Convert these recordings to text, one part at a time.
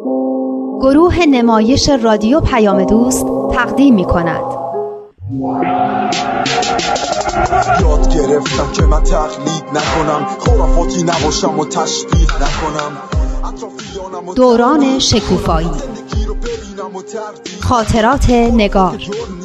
گروه نمایش رادیو پیام دوست تقدیم می‌کند. یاد گرفتم که من تقلید نکنم، خرافاتی نباشم و تشبیه نکنم. دوران شکوفایی، خاطرات نگار،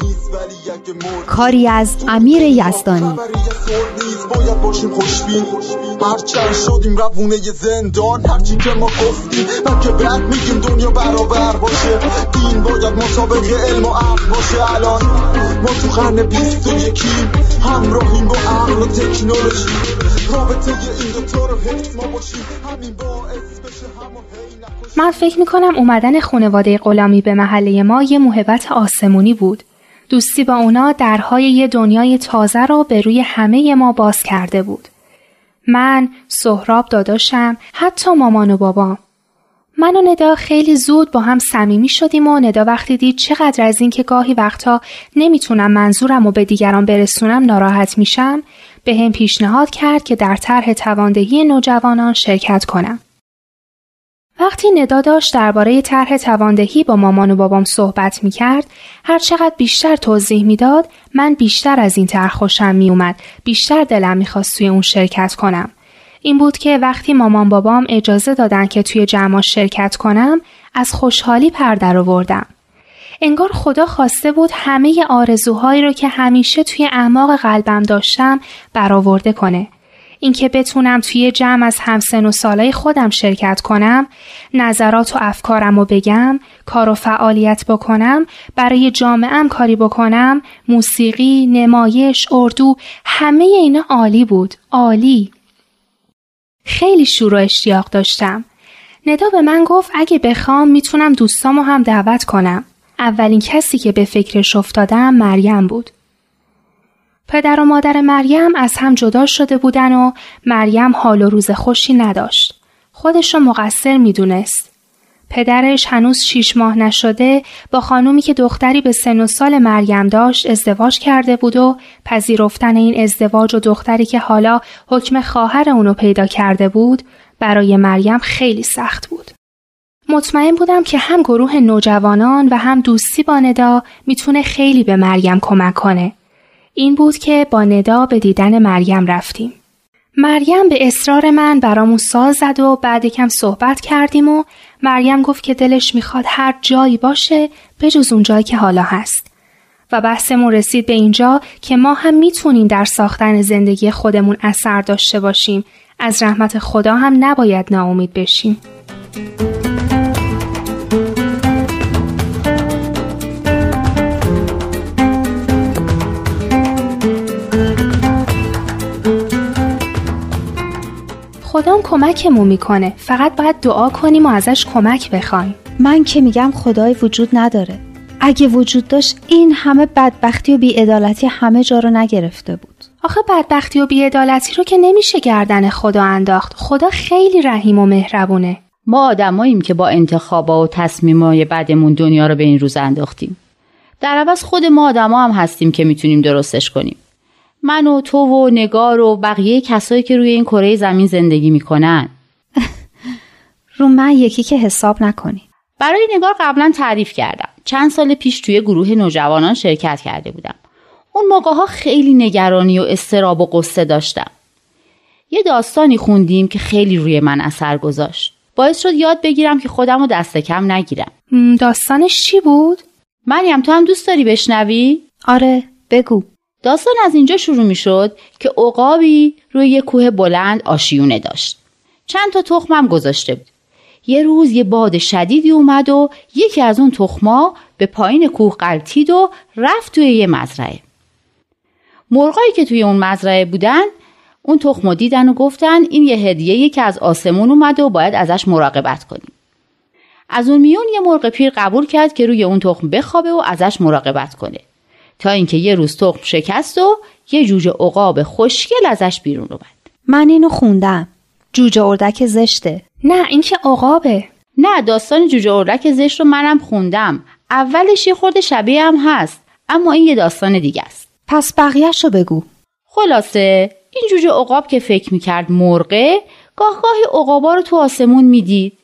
کاری از امیر یزدانی. باید باشیم خوشبین، هرچند شدیم روونه زندان، هرچی که ما گفتیم من که بعد میگیم دنیا برابر باشه. دین باید مطابق علم و عقل باشه. الان ما تو قرن 21 همراهیم با عقل و تکنولوژی، رابطه این دوتا رو حفظ ما باشیم، همین باعث بشه همو هی نکشیم. من فکر میکنم اومدن خانواده غلامی به محله ما یه موهبت آسمونی بود. دوستی با اونا درهای یه دنیای تازه رو به روی همه ما باز کرده بود. من، سهراب داداشم، حتی مامان و بابام. من و ندا خیلی زود با هم صمیمی شدیم و ندا وقتی دید چقدر از این که گاهی وقتا نمیتونم منظورم رو به دیگران برسونم ناراحت میشم، به هم پیشنهاد کرد که در طرح تواندهی نوجوانان شرکت کنم. وقتی ندا داشت درباره طرح تواندهی با مامان و بابام صحبت می‌کرد، هر چقدر بیشتر توضیح میداد، من بیشتر از این طرح خوشم میومد، بیشتر دلم می‌خواست توی اون شرکت کنم. این بود که وقتی مامان بابام اجازه دادن که توی جمع شرکت کنم، از خوشحالی پر درآوردم. انگار خدا خواسته بود همه آرزوهایی رو که همیشه توی اعماق قلبم داشتم برآورده کنه. اینکه بتونم توی جمع از همسن و سالای خودم شرکت کنم، نظرات و افکارم رو بگم، کار و فعالیت بکنم، برای جامعه‌ام کاری بکنم، موسیقی، نمایش، اردو، همه اینا عالی بود، عالی. خیلی شور و اشتیاق داشتم. ندا به من گفت اگه بخوام میتونم دوستامو هم دعوت کنم. اولین کسی که به فکرش افتادم مریم بود. پدر و مادر مریم از هم جدا شده بودن و مریم حال و روز خوشی نداشت. خودش رو مقصر میدونست. پدرش هنوز 6 ماه نشده با خانومی که دختری به سن و سال مریم داشت ازدواج کرده بود و پذیرفتن این ازدواج و دختری که حالا حکم خواهر اونو پیدا کرده بود برای مریم خیلی سخت بود. مطمئن بودم که هم گروه نوجوانان و هم دوستی با ندا میتونه خیلی به مریم کمک کنه. این بود که با ندا به دیدن مریم رفتیم. مریم به اصرار من برامون ساز زد و بعد یکم صحبت کردیم و مریم گفت که دلش میخواد هر جایی باشه بجز اون جایی که حالا هست. و بحثمون رسید به اینجا که ما هم میتونیم در ساختن زندگی خودمون اثر داشته باشیم. از رحمت خدا هم نباید ناامید بشیم. خدام کمکمون میکنه، فقط باید دعا کنیم و ازش کمک بخوایم. من که میگم خدای وجود نداره. اگه وجود داشت این همه بدبختی و بی‌عدالتی همه جا رو نگرفته بود. آخه بدبختی و بی‌عدالتی رو که نمیشه گردن خدا انداخت. خدا خیلی رحیم و مهربونه. ما آدماییم که با انتخابا و تصمیمای بعدمون دنیا رو به این روز انداختیم. در عوض خود ما آدما هم هستیم که میتونیم درستش کنیم. من و تو و نگار و بقیه کسایی که روی این کره زمین زندگی میکنن. رو من یکی که حساب نکنی. برای نگار قبلا تعریف کردم. چند سال پیش توی گروه نوجوانان شرکت کرده بودم. اون موقع‌ها خیلی نگرانی و اضطراب و غصه داشتم. یه داستانی خوندیم که خیلی روی من اثر گذاشت. باعث شد یاد بگیرم که خودم رو دست کم نگیرم. داستانش چی بود؟ مریم تو هم دوست داری بشنوی؟ آره بگو. داستان از اینجا شروع می شد که عقابی روی یه کوه بلند آشیونه داشت. چند تا تخمم گذاشته بود. یه روز یه باد شدیدی اومد و یکی از اون تخما به پایین کوه غلتید و رفت توی یه مزرعه. مرغایی که توی اون مزرعه بودن اون تخمو دیدن و گفتن این یه هدیه‌ای که از آسمون اومده و باید ازش مراقبت کنیم. از اون میون یه مرغ پیر قبول کرد که روی اون تخم بخوابه و ازش مراقبت کنه. تا اینکه یه روز تخم شکست و یه جوجه عقاب خوشگل ازش بیرون اومد. من اینو خوندم. جوجه اردک زشته. نه این که عقابه. نه داستان جوجه اردک زشت رو منم خوندم. اولش یه خورده شبیه هم هست، اما این یه داستان دیگه است. پس بقیه‌شو بگو. خلاصه این جوجه عقاب که فکر میکرد مرغه، گاه گاهی عقابا رو تو آسمون میدید.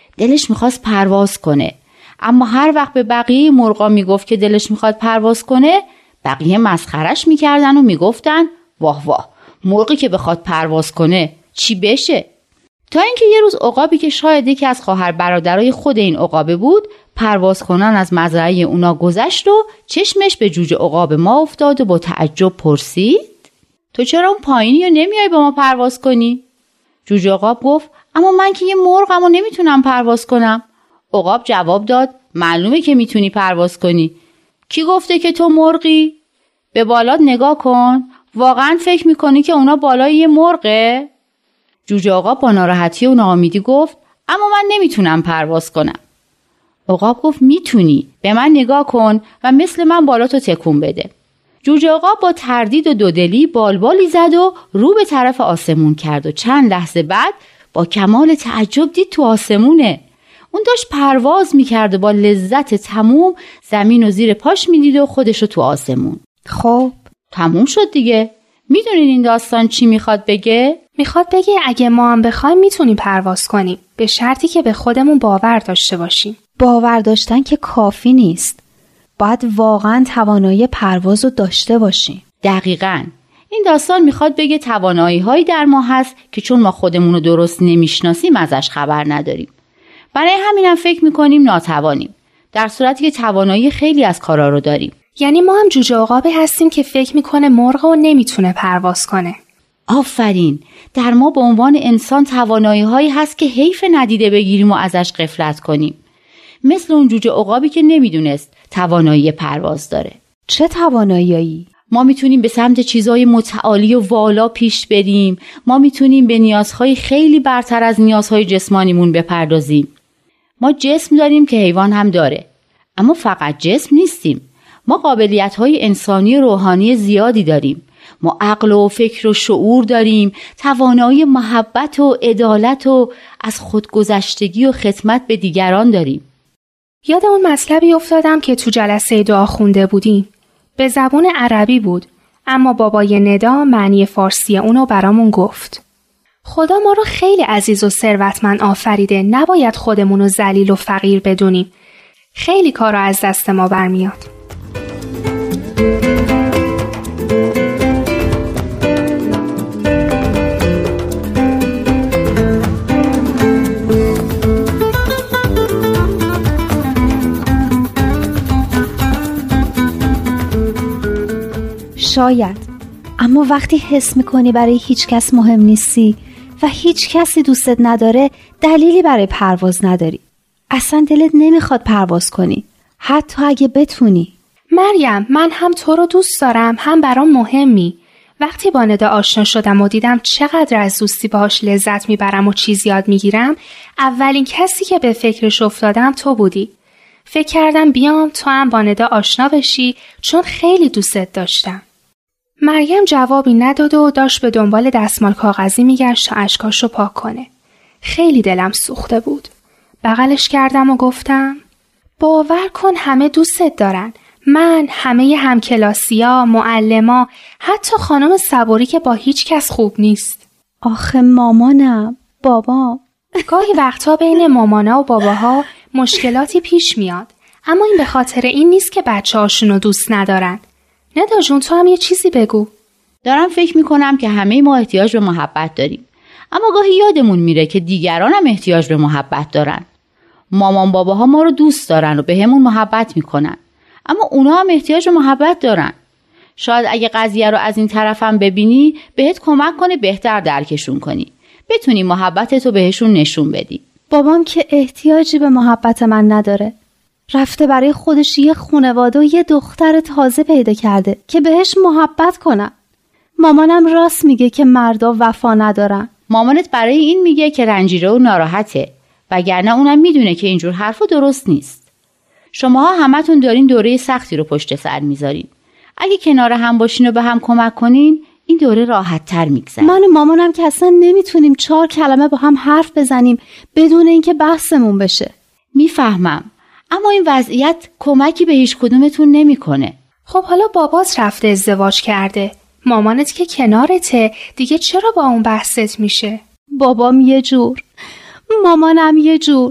دلش میخواست پرواز کنه. اما هر وقت به بقیه مرغا میگفت که دلش میخواد پرواز کنه، بقیه مسخرش میکردن و میگفتن واه واه، مرغی که بخواد پرواز کنه چی بشه؟ تا اینکه یه روز عقابی که شاید یکی از خواهر برادرای خود این عقابه بود، پرواز کنان از مزرعه اونا گذشت و چشمش به جوجه عقاب ما افتاد و با تعجب پرسید: تو چرا اون پایینی و نمیای با ما پرواز کنی؟ جوجه عقاب گفت: اما من که یه مرغم و نمیتونم پرواز کنم. عقاب جواب داد: معلومه که میتونی پرواز کنی. کی گفته که تو مرغی؟ به بالات نگاه کن. واقعا فکر میکنی که اونا بالای یه مرغه؟ جوجه عقاب با ناراحتی و ناامیدی گفت: اما من نمیتونم پرواز کنم. عقاب گفت: میتونی، به من نگاه کن و مثل من بالاتو تکون بده. جوجه عقاب با تردید و دودلی بالبالی زد و رو به طرف آسمون کرد و چند لحظه بعد با کمال تعجب دید تو آسمونه. اون داشت پرواز میکرد و با لذت تموم زمین و زیر پاش میدید و خودشو تو آسمون. خب تموم شد دیگه. میدونین این داستان چی میخواد بگه؟ میخواد بگه اگه ما هم بخوایم میتونیم پرواز کنیم، به شرطی که به خودمون باور داشته باشیم. باور داشتن که کافی نیست، باید واقعا توانایی پرواز رو داشته باشیم. دقیقاً. این داستان میخواد بگه توانایی هایی در ما هست که چون ما خودمون رو درست نمیشناسیم ازش خبر نداریم. برای همینم فکر میکنیم ناتوانیم، در صورتی که توانایی خیلی از کارا رو داریم. یعنی ما هم جوجه عقابی هستیم که فکر میکنه مرغ و نمیتونه پرواز کنه. آفرین. در ما به عنوان انسان توانایی هایی هست که حیف ندیده بگیریم و ازش غفلت کنیم. مثل اون جوجه عقابی که نمیدونست توانایی پرواز داره. چه توانایی؟ ما میتونیم به سمت چیزهای متعالی و والا پیش بریم. ما میتونیم به نیازهای خیلی برتر از نیازهای جسمانیمون بپردازیم. ما جسم داریم که حیوان هم داره. اما فقط جسم نیستیم. ما قابلیت‌های انسانی و روحانی زیادی داریم. ما عقل و فکر و شعور داریم، توانایی محبت و عدالت و از خودگذشتگی و خدمت به دیگران داریم. یاد اون مطلبی افتادم که تو جلسه دعا خونده بودیم. به زبان عربی بود، اما بابای ندا معنی فارسی اونو برامون گفت. خدا ما رو خیلی عزیز و ثروتمند آفریده، نباید خودمون رو ذلیل و فقیر بدونیم. خیلی کارا از دست ما برمیاد. شاید، اما وقتی حس میکنی برای هیچ کس مهم نیستی و هیچ کسی دوستت نداره، دلیلی برای پرواز نداری. اصلا دلت نمیخواد پرواز کنی، حتی اگه بتونی. مریم، من هم تو رو دوست دارم، هم برام مهمی. وقتی با ندا آشنا شدم و دیدم چقدر از دوستی باهاش لذت میبرم و چیز یاد میگیرم، اولین کسی که به فکرش افتادم تو بودی. فکر کردم بیام تو هم با ندا آشنا بشی، چون خیلی دوستت داشتم. مریم جوابی نداد و داشت به دنبال دستمال کاغذی میگشت تا اشکاشو پاک کنه. خیلی دلم سوخته بود. بغلش کردم و گفتم: باور کن همه دوستت دارن. من، همه همکلاسیا، معلما، حتی خانم صبوری که با هیچ کس خوب نیست. آخه مامانم، بابا. گاهی وقتا بین مامانا و باباها مشکلاتی پیش میاد، اما این به خاطر این نیست که بچه‌هاشونو دوست ندارن. ندا جون، تو هم یه چیزی بگو. دارم فکر میکنم که همه ما احتیاج به محبت داریم، اما گاهی یادمون میره که دیگران هم احتیاج به محبت دارن. مامان باباها ما رو دوست دارن و به همون محبت میکنن، اما اونا هم احتیاج به محبت دارن. شاید اگه قضیه رو از این طرف هم ببینی بهت کمک کنه بهتر درکشون کنی، بتونی محبتتو بهشون نشون بدی. بابام که احتیاجی به محبت من نداره. رفته برای خودش یه خانواده و یه دختر تازه پیدا کرده که بهش محبت کنن. مامانم راست میگه که مردا وفا ندارن. مامانت برای این میگه که رنجیره و ناراحته، وگرنه اونم میدونه که اینجور حرفا درست نیست. شماها همتون دارین دوره سختی رو پشت سر میذارین. اگه کنار هم باشین و به هم کمک کنین، این دوره راحت تر میگذره. من و مامانم که اصلا نمیتونیم 4 کلمه با هم حرف بزنیم بدون اینکه بحثمون بشه. میفهمم، اما این وضعیت کمکی به هیچ کدومتون نمیکنه. خب حالا بابات رفته ازدواج کرده، مامانت که کنارته، دیگه چرا با اون بحثت میشه؟ بابام یه جور، مامانم یه جور.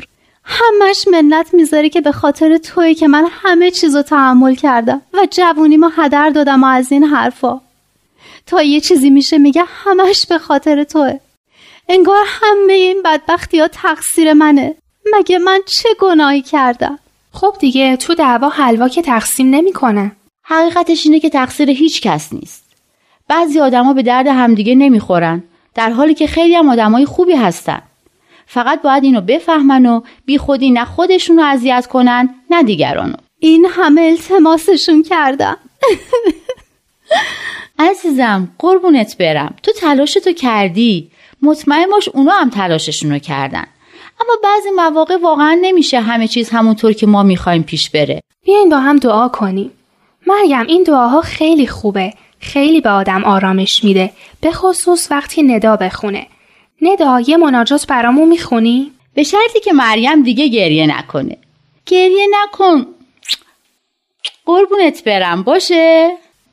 همش منت میذاری که به خاطر تویی که من همه چیزو تحمل کردم و جوونیمو هدر دادم و از این حرفا. تا یه چیزی میشه میگه همش به خاطر توه. انگار همه این بدبختی ها تقصیر منه. مگه من چه گناهی کردم؟ خب دیگه تو دعوا حلوا که تقسیم نمیکنه. حقیقتش اینه که تقصیر هیچ کس نیست. بعضی آدما به درد همدیگه نمیخورن، در حالی که خیلی هم آدمای خوبی هستن. فقط باید اینو بفهمن و بی خودی نه خودشونو اذیت کنن نه دیگرانو. این همه التماسشون کردم. عزیزم قربونت برم، تو تلاشتو کردی، مطمئن باش اونا هم تلاششونو کردن. اما بعضی مواقع واقعا نمیشه همه چیز همونطور که ما میخوایم پیش بره. بیاین با هم دعا کنیم. مریم این دعاها خیلی خوبه، خیلی به آدم آرامش میده، به خصوص وقتی ندا بخونه. ندا یه مناجات برامون میخونی؟ به شرطی که مریم دیگه گریه نکنه. گریه نکن قربونت برم، باشه؟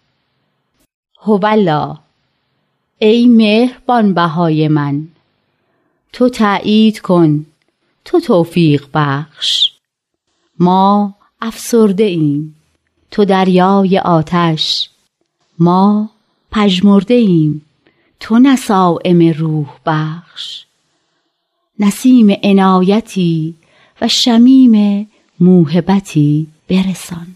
هولا، ای مهربان بهای من، تو تأیید کن، تو توفیق بخش. ما افسرده ایم، تو دریای آتش. ما پژمرده ایم، تو نسائم روح بخش. نسیم عنایتی و شمیم موهبتی برسان.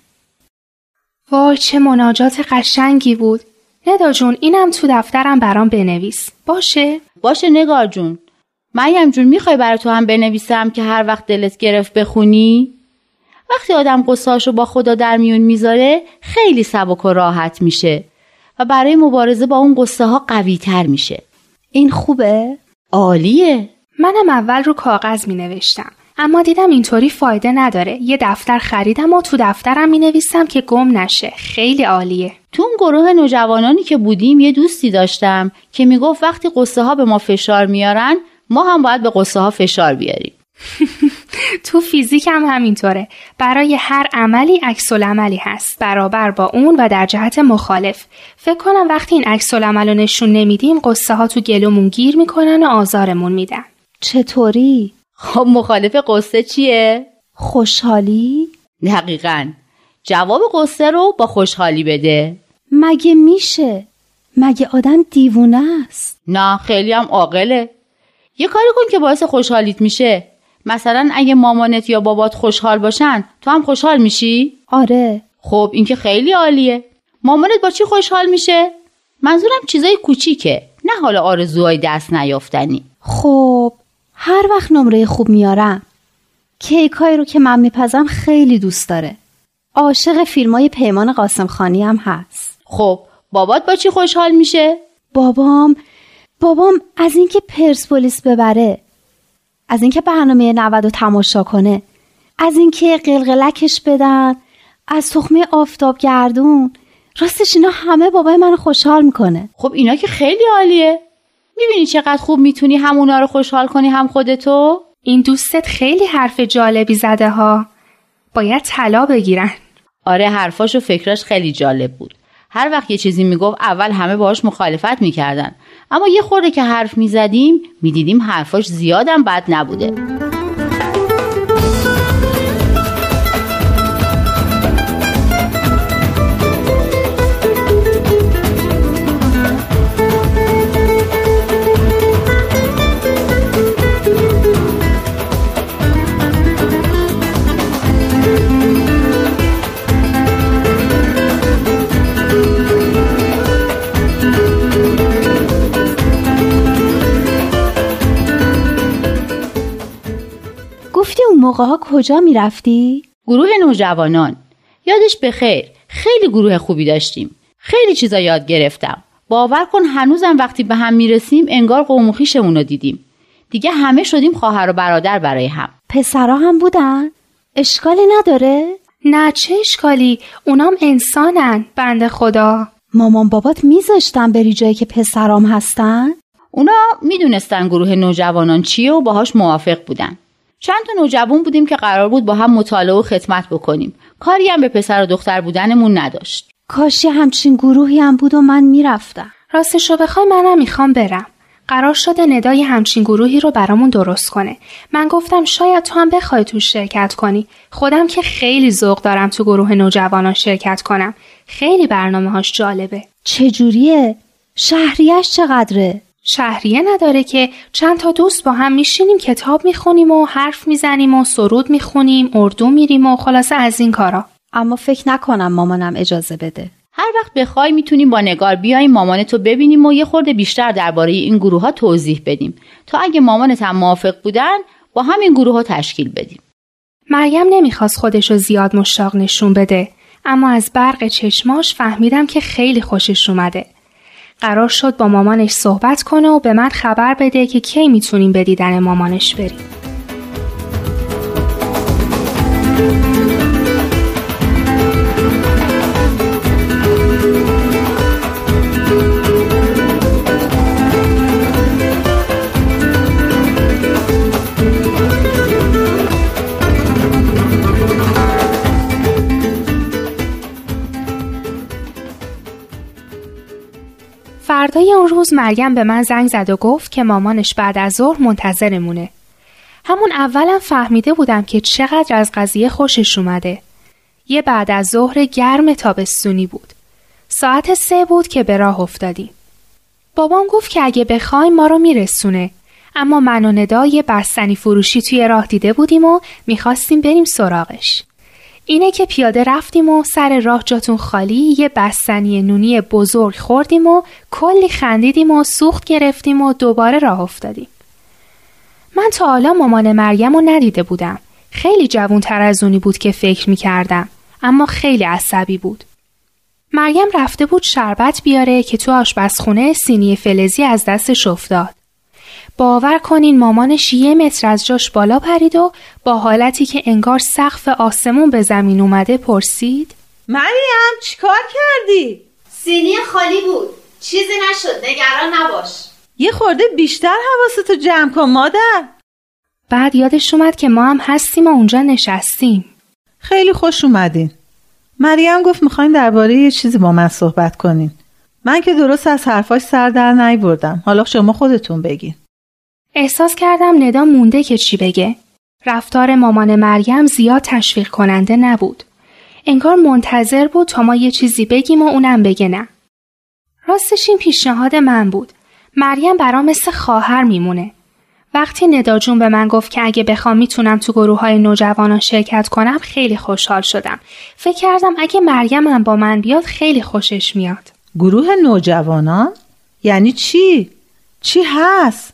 وای چه مناجات قشنگی بود. ندا جون اینم تو دفترم برام بنویس. باشه نگار جون. مریم جون میخوای برای تو هم بنویسم که هر وقت دلت گرفت بخونی؟ وقتی آدم قصه‌اشو با خدا در میون میذاره خیلی سبک و راحت میشه و برای مبارزه با اون قصه ها قوی تر میشه. این خوبه؟ عالیه. منم اول رو کاغذ می نوشتم اما دیدم اینطوری فایده نداره. یه دفتر خریدم و تو دفترم می نویسم که گم نشه. خیلی عالیه. تو اون گروه نوجوانانی که بودیم یه دوستی داشتم که میگفت وقتی قصه ها به ما فشار میارن ما هم باید به قصه ها فشار بیاریم. تو فیزیک هم همینطوره. برای هر عملی عکس‌العملی هست برابر با اون و در جهت مخالف. فکر کنم وقتی این عکس‌العمل رو نشون نمیدیم قصه ها تو گلومون گیر میکنن و آزارمون میدن. چطوری؟ خب مخالف قصه چیه؟ خوشحالی؟ دقیقاً. جواب قصه رو با خوشحالی بده. مگه میشه؟ مگه آدم دیوونه است؟ نه خیلی هم عاقله. یه کاری کن که باعث خوشحالیت میشه. مثلا اگه مامانت یا بابات خوشحال باشن تو هم خوشحال میشی؟ آره. خب این که خیلی عالیه. مامانت با چی خوشحال میشه؟ منظورم چیزای کوچیکه، نه حالا آرزوهای دست نیافتنی. خب هر وقت نمره خوب میارم. کیکایی رو که من میپزم خیلی دوست داره. عاشق فیلمای پیمان قاسمخانی هم هست. خب بابات با چی خوشحال میشه؟ بابام از اینکه پرسپولیس ببره، از اینکه برنامه 90 رو تماشا کنه، از اینکه قلقلکش بدن، از تخمه آفتابگردون. راستش اینا همه بابای منو خوشحال میکنه. خب اینا که خیلی عالیه. میبینی چقدر خوب میتونی هم اونا رو خوشحال کنی هم خودتو؟ این دوستت خیلی حرف جالبی زده ها. باید طلا بگیرن. آره حرفاش و فکراش خیلی جالب بود. هر وقت یه چیزی میگفت اول همه باهاش مخالفت میکردن، اما یه خورده که حرف میزدیم میدیدیم حرفاش زیادم بد نبوده. موقع ها کجا می رفتی؟ گروه نوجوانان. یادش بخیر. خیلی گروه خوبی داشتیم. خیلی چیزا یاد گرفتم. باور کن هنوزم وقتی به هم میرسیم انگار قوم و خویشمون رو دیدیم. دیگه همه شدیم خواهر و برادر برای هم. پسرا هم بودن؟ اشکالی نداره؟ نه چه اشکالی؟ اونام انسانن بنده خدا. مامان بابات میذاشتن بری جایی که پسرام هستن؟ اونا میدونستن گروه نوجوانان چیه و باهاش موافق بودن. چند تا نوجوان بودیم که قرار بود با هم مطالعه و خدمت بکنیم. کاری هم به پسر و دختر بودنمون نداشت. کاش همچین گروهی هم بود و من میرفتم. راستشو بخوای منم میخوام برم. قرار شده ندای همچین گروهی رو برامون درست کنه. من گفتم شاید تو هم بخوای تو شرکت کنی. خودم که خیلی ذوق دارم تو گروه نوجوانان شرکت کنم. خیلی برنامه‌هاش جالبه. چجوریه؟ شهریه‌اش چقدره؟ شهریه نداره که چند تا دوست با هم میشینیم کتاب میخونیم و حرف میزنیم و سرود میخونیم، اردو میریم و خلاصه از این کارا. اما فکر نکنم مامانم اجازه بده. هر وقت بخوای میتونیم با نگار بیایم مامانتو ببینیم و یه خورده بیشتر درباره این گروه ها توضیح بدیم تا اگه مامانت هم موافق بودن با همین گروه ها تشکیل بدیم. مریم نمیخواست خودشو زیاد مشتاق نشون بده، اما از برق چشماش فهمیدم که خیلی خوشش اومده. قرار شد با مامانش صحبت کنه و به من خبر بده که کی میتونیم به دیدن مامانش بریم. فردای اون روز مریم به من زنگ زد و گفت که مامانش بعد از ظهر منتظرمونه. همون اولم فهمیده بودم که چقدر از قضیه خوشش اومده. یه بعد از ظهر گرم تابستونی بود. ساعت 3 بود که به راه افتادیم. بابام گفت که اگه بخوایم ما رو میرسونه، اما من و ندا یه بستنی فروشی توی راه دیده بودیم و میخواستیم بریم سراغش. اینه که پیاده رفتیم و سر راه جاتون خالی یه بستنی نونی بزرگ خوردیم و کلی خندیدیم و سوخت گرفتیم و دوباره راه افتادیم. من تا حالا مامان مریم رو ندیده بودم. خیلی جوان‌تر از اونی بود که فکر می‌کردم، اما خیلی عصبی بود. مریم رفته بود شربت بیاره که تو آشپزخونه سینی فلزی از دستش افتاد. باور کنین مامانش 1 متر از جاش بالا پرید و با حالتی که انگار سقف آسمون به زمین اومده پرسید: مریم چیکار کردی؟ سینی خالی بود. چیزی نشد، نگران نباش. یه خورده بیشتر حواستو جمع کن مادر. بعد یادش اومد که ما هم هستیم و اونجا نشستیم. خیلی خوش اومدین. مریم گفت میخواین درباره یه چیزی با من صحبت کنین. من که درست از حرفاش سر در نیاوردم. حالا شما خودتون بگین. احساس کردم ندا مونده که چی بگه. رفتار مامان مریم زیاد تشویق کننده نبود. انگار منتظر بود تا ما یه چیزی بگیم و اونم بگه نه. راستش این پیشنهاد من بود. مریم برام مثل خواهر میمونه. وقتی ندا جون به من گفت که اگه بخوام میتونم تو گروه‌های نوجوانان شرکت کنم خیلی خوشحال شدم. فکر کردم اگه مریم هم با من بیاد خیلی خوشش میاد. گروه نوجوانان؟ یعنی چی؟ چی هست؟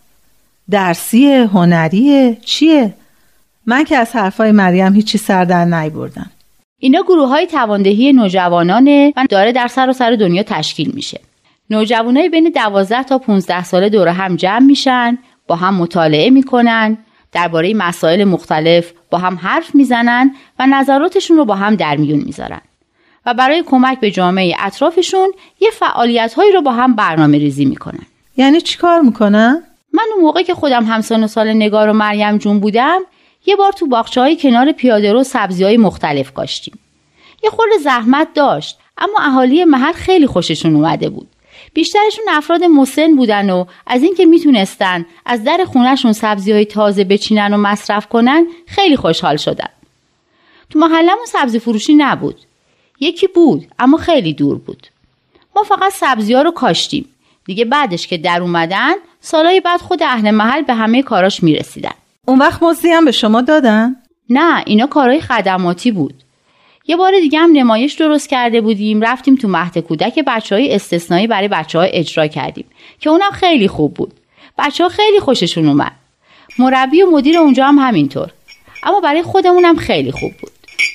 درسیه، هنریه، چیه؟ من که از حرفای مریم هیچی سر در نیاوردم. اینا گروه‌های تواندهی نوجوانانه و داره در سراسر دنیا تشکیل میشه. نوجوانای بین 12 تا 15 ساله دور هم جمع میشن، با هم مطالعه میکنن، درباره مسائل مختلف با هم حرف میزنن و نظراتشون رو با هم در میون میذارن و برای کمک به جامعه اطرافشون یه فعالیت‌هایی رو با هم برنامه‌ریزی میکنن. یعنی چی کار میکنن؟ من اون موقع که خودم همسن و سال نگار و مریم جون بودم یه بار تو باغچه‌های کنار پیاده‌رو سبزی‌های مختلف کاشتیم. یه خورده زحمت داشت، اما اهالی محل خیلی خوششون اومده بود. بیشترشون افراد مسن بودن و از اینکه میتونستن از در خونه‌شون سبزی‌های تازه بچینن و مصرف کنن خیلی خوشحال شدن. تو محلمون سبزی فروشی نبود. یکی بود اما خیلی دور بود. ما فقط سبزی‌ها رو کاشتیم. دیگه بعدش که در اومدن سالهای بعد خود اهل محل به همه کاراش میرسیدن. اون وقت مزدی هم به شما دادن؟ نه، اینا کارهای خدماتی بود. یه بار دیگه هم نمایش درست کرده بودیم، رفتیم تو مهد کودک بچه‌های استثنایی برای بچه‌ها اجرا کردیم که اونم خیلی خوب بود. بچه‌ها خیلی خوششون اومد. مربی و مدیر اونجا هم همینطور. اما برای خودمونم خیلی خوب بود.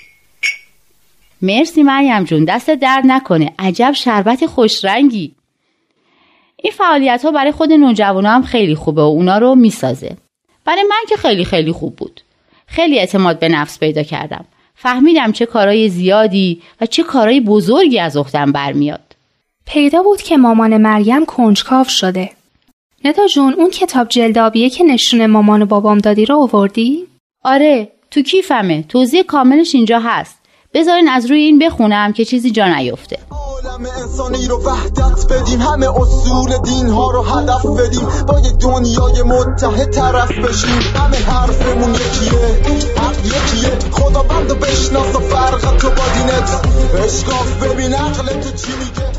مرسی مریم جون، دست درد نکنه. عجب شربت خوش رنگی. این فعالیت‌ها برای خود نوجوانا هم خیلی خوبه و اونا رو میسازه. برای من که خیلی خیلی خوب بود. خیلی اعتماد به نفس پیدا کردم. فهمیدم چه کارهای زیادی و چه کارهای بزرگی از اختم برمیاد. پیدا بود که مامان مریم کنجکاو شده. ندا جون، اون کتاب جلدابیه که نشون مامان و بابام دادی رو آوردی؟ آره، تو کیفمه. توضیح کاملش اینجا هست. بذارین از روی این بخونم که چیزی جا نیفته. عالم انسانی رو وحدت بدیم، همه اصول دین ها رو هدف بدیم، با یک دنیای متحد طرف بشیم. همه حرفمون یکیه، حق یکیه، خداوندو بشناس و فرق تو با دینت. اشکاف ببین عقل تو چی میگه.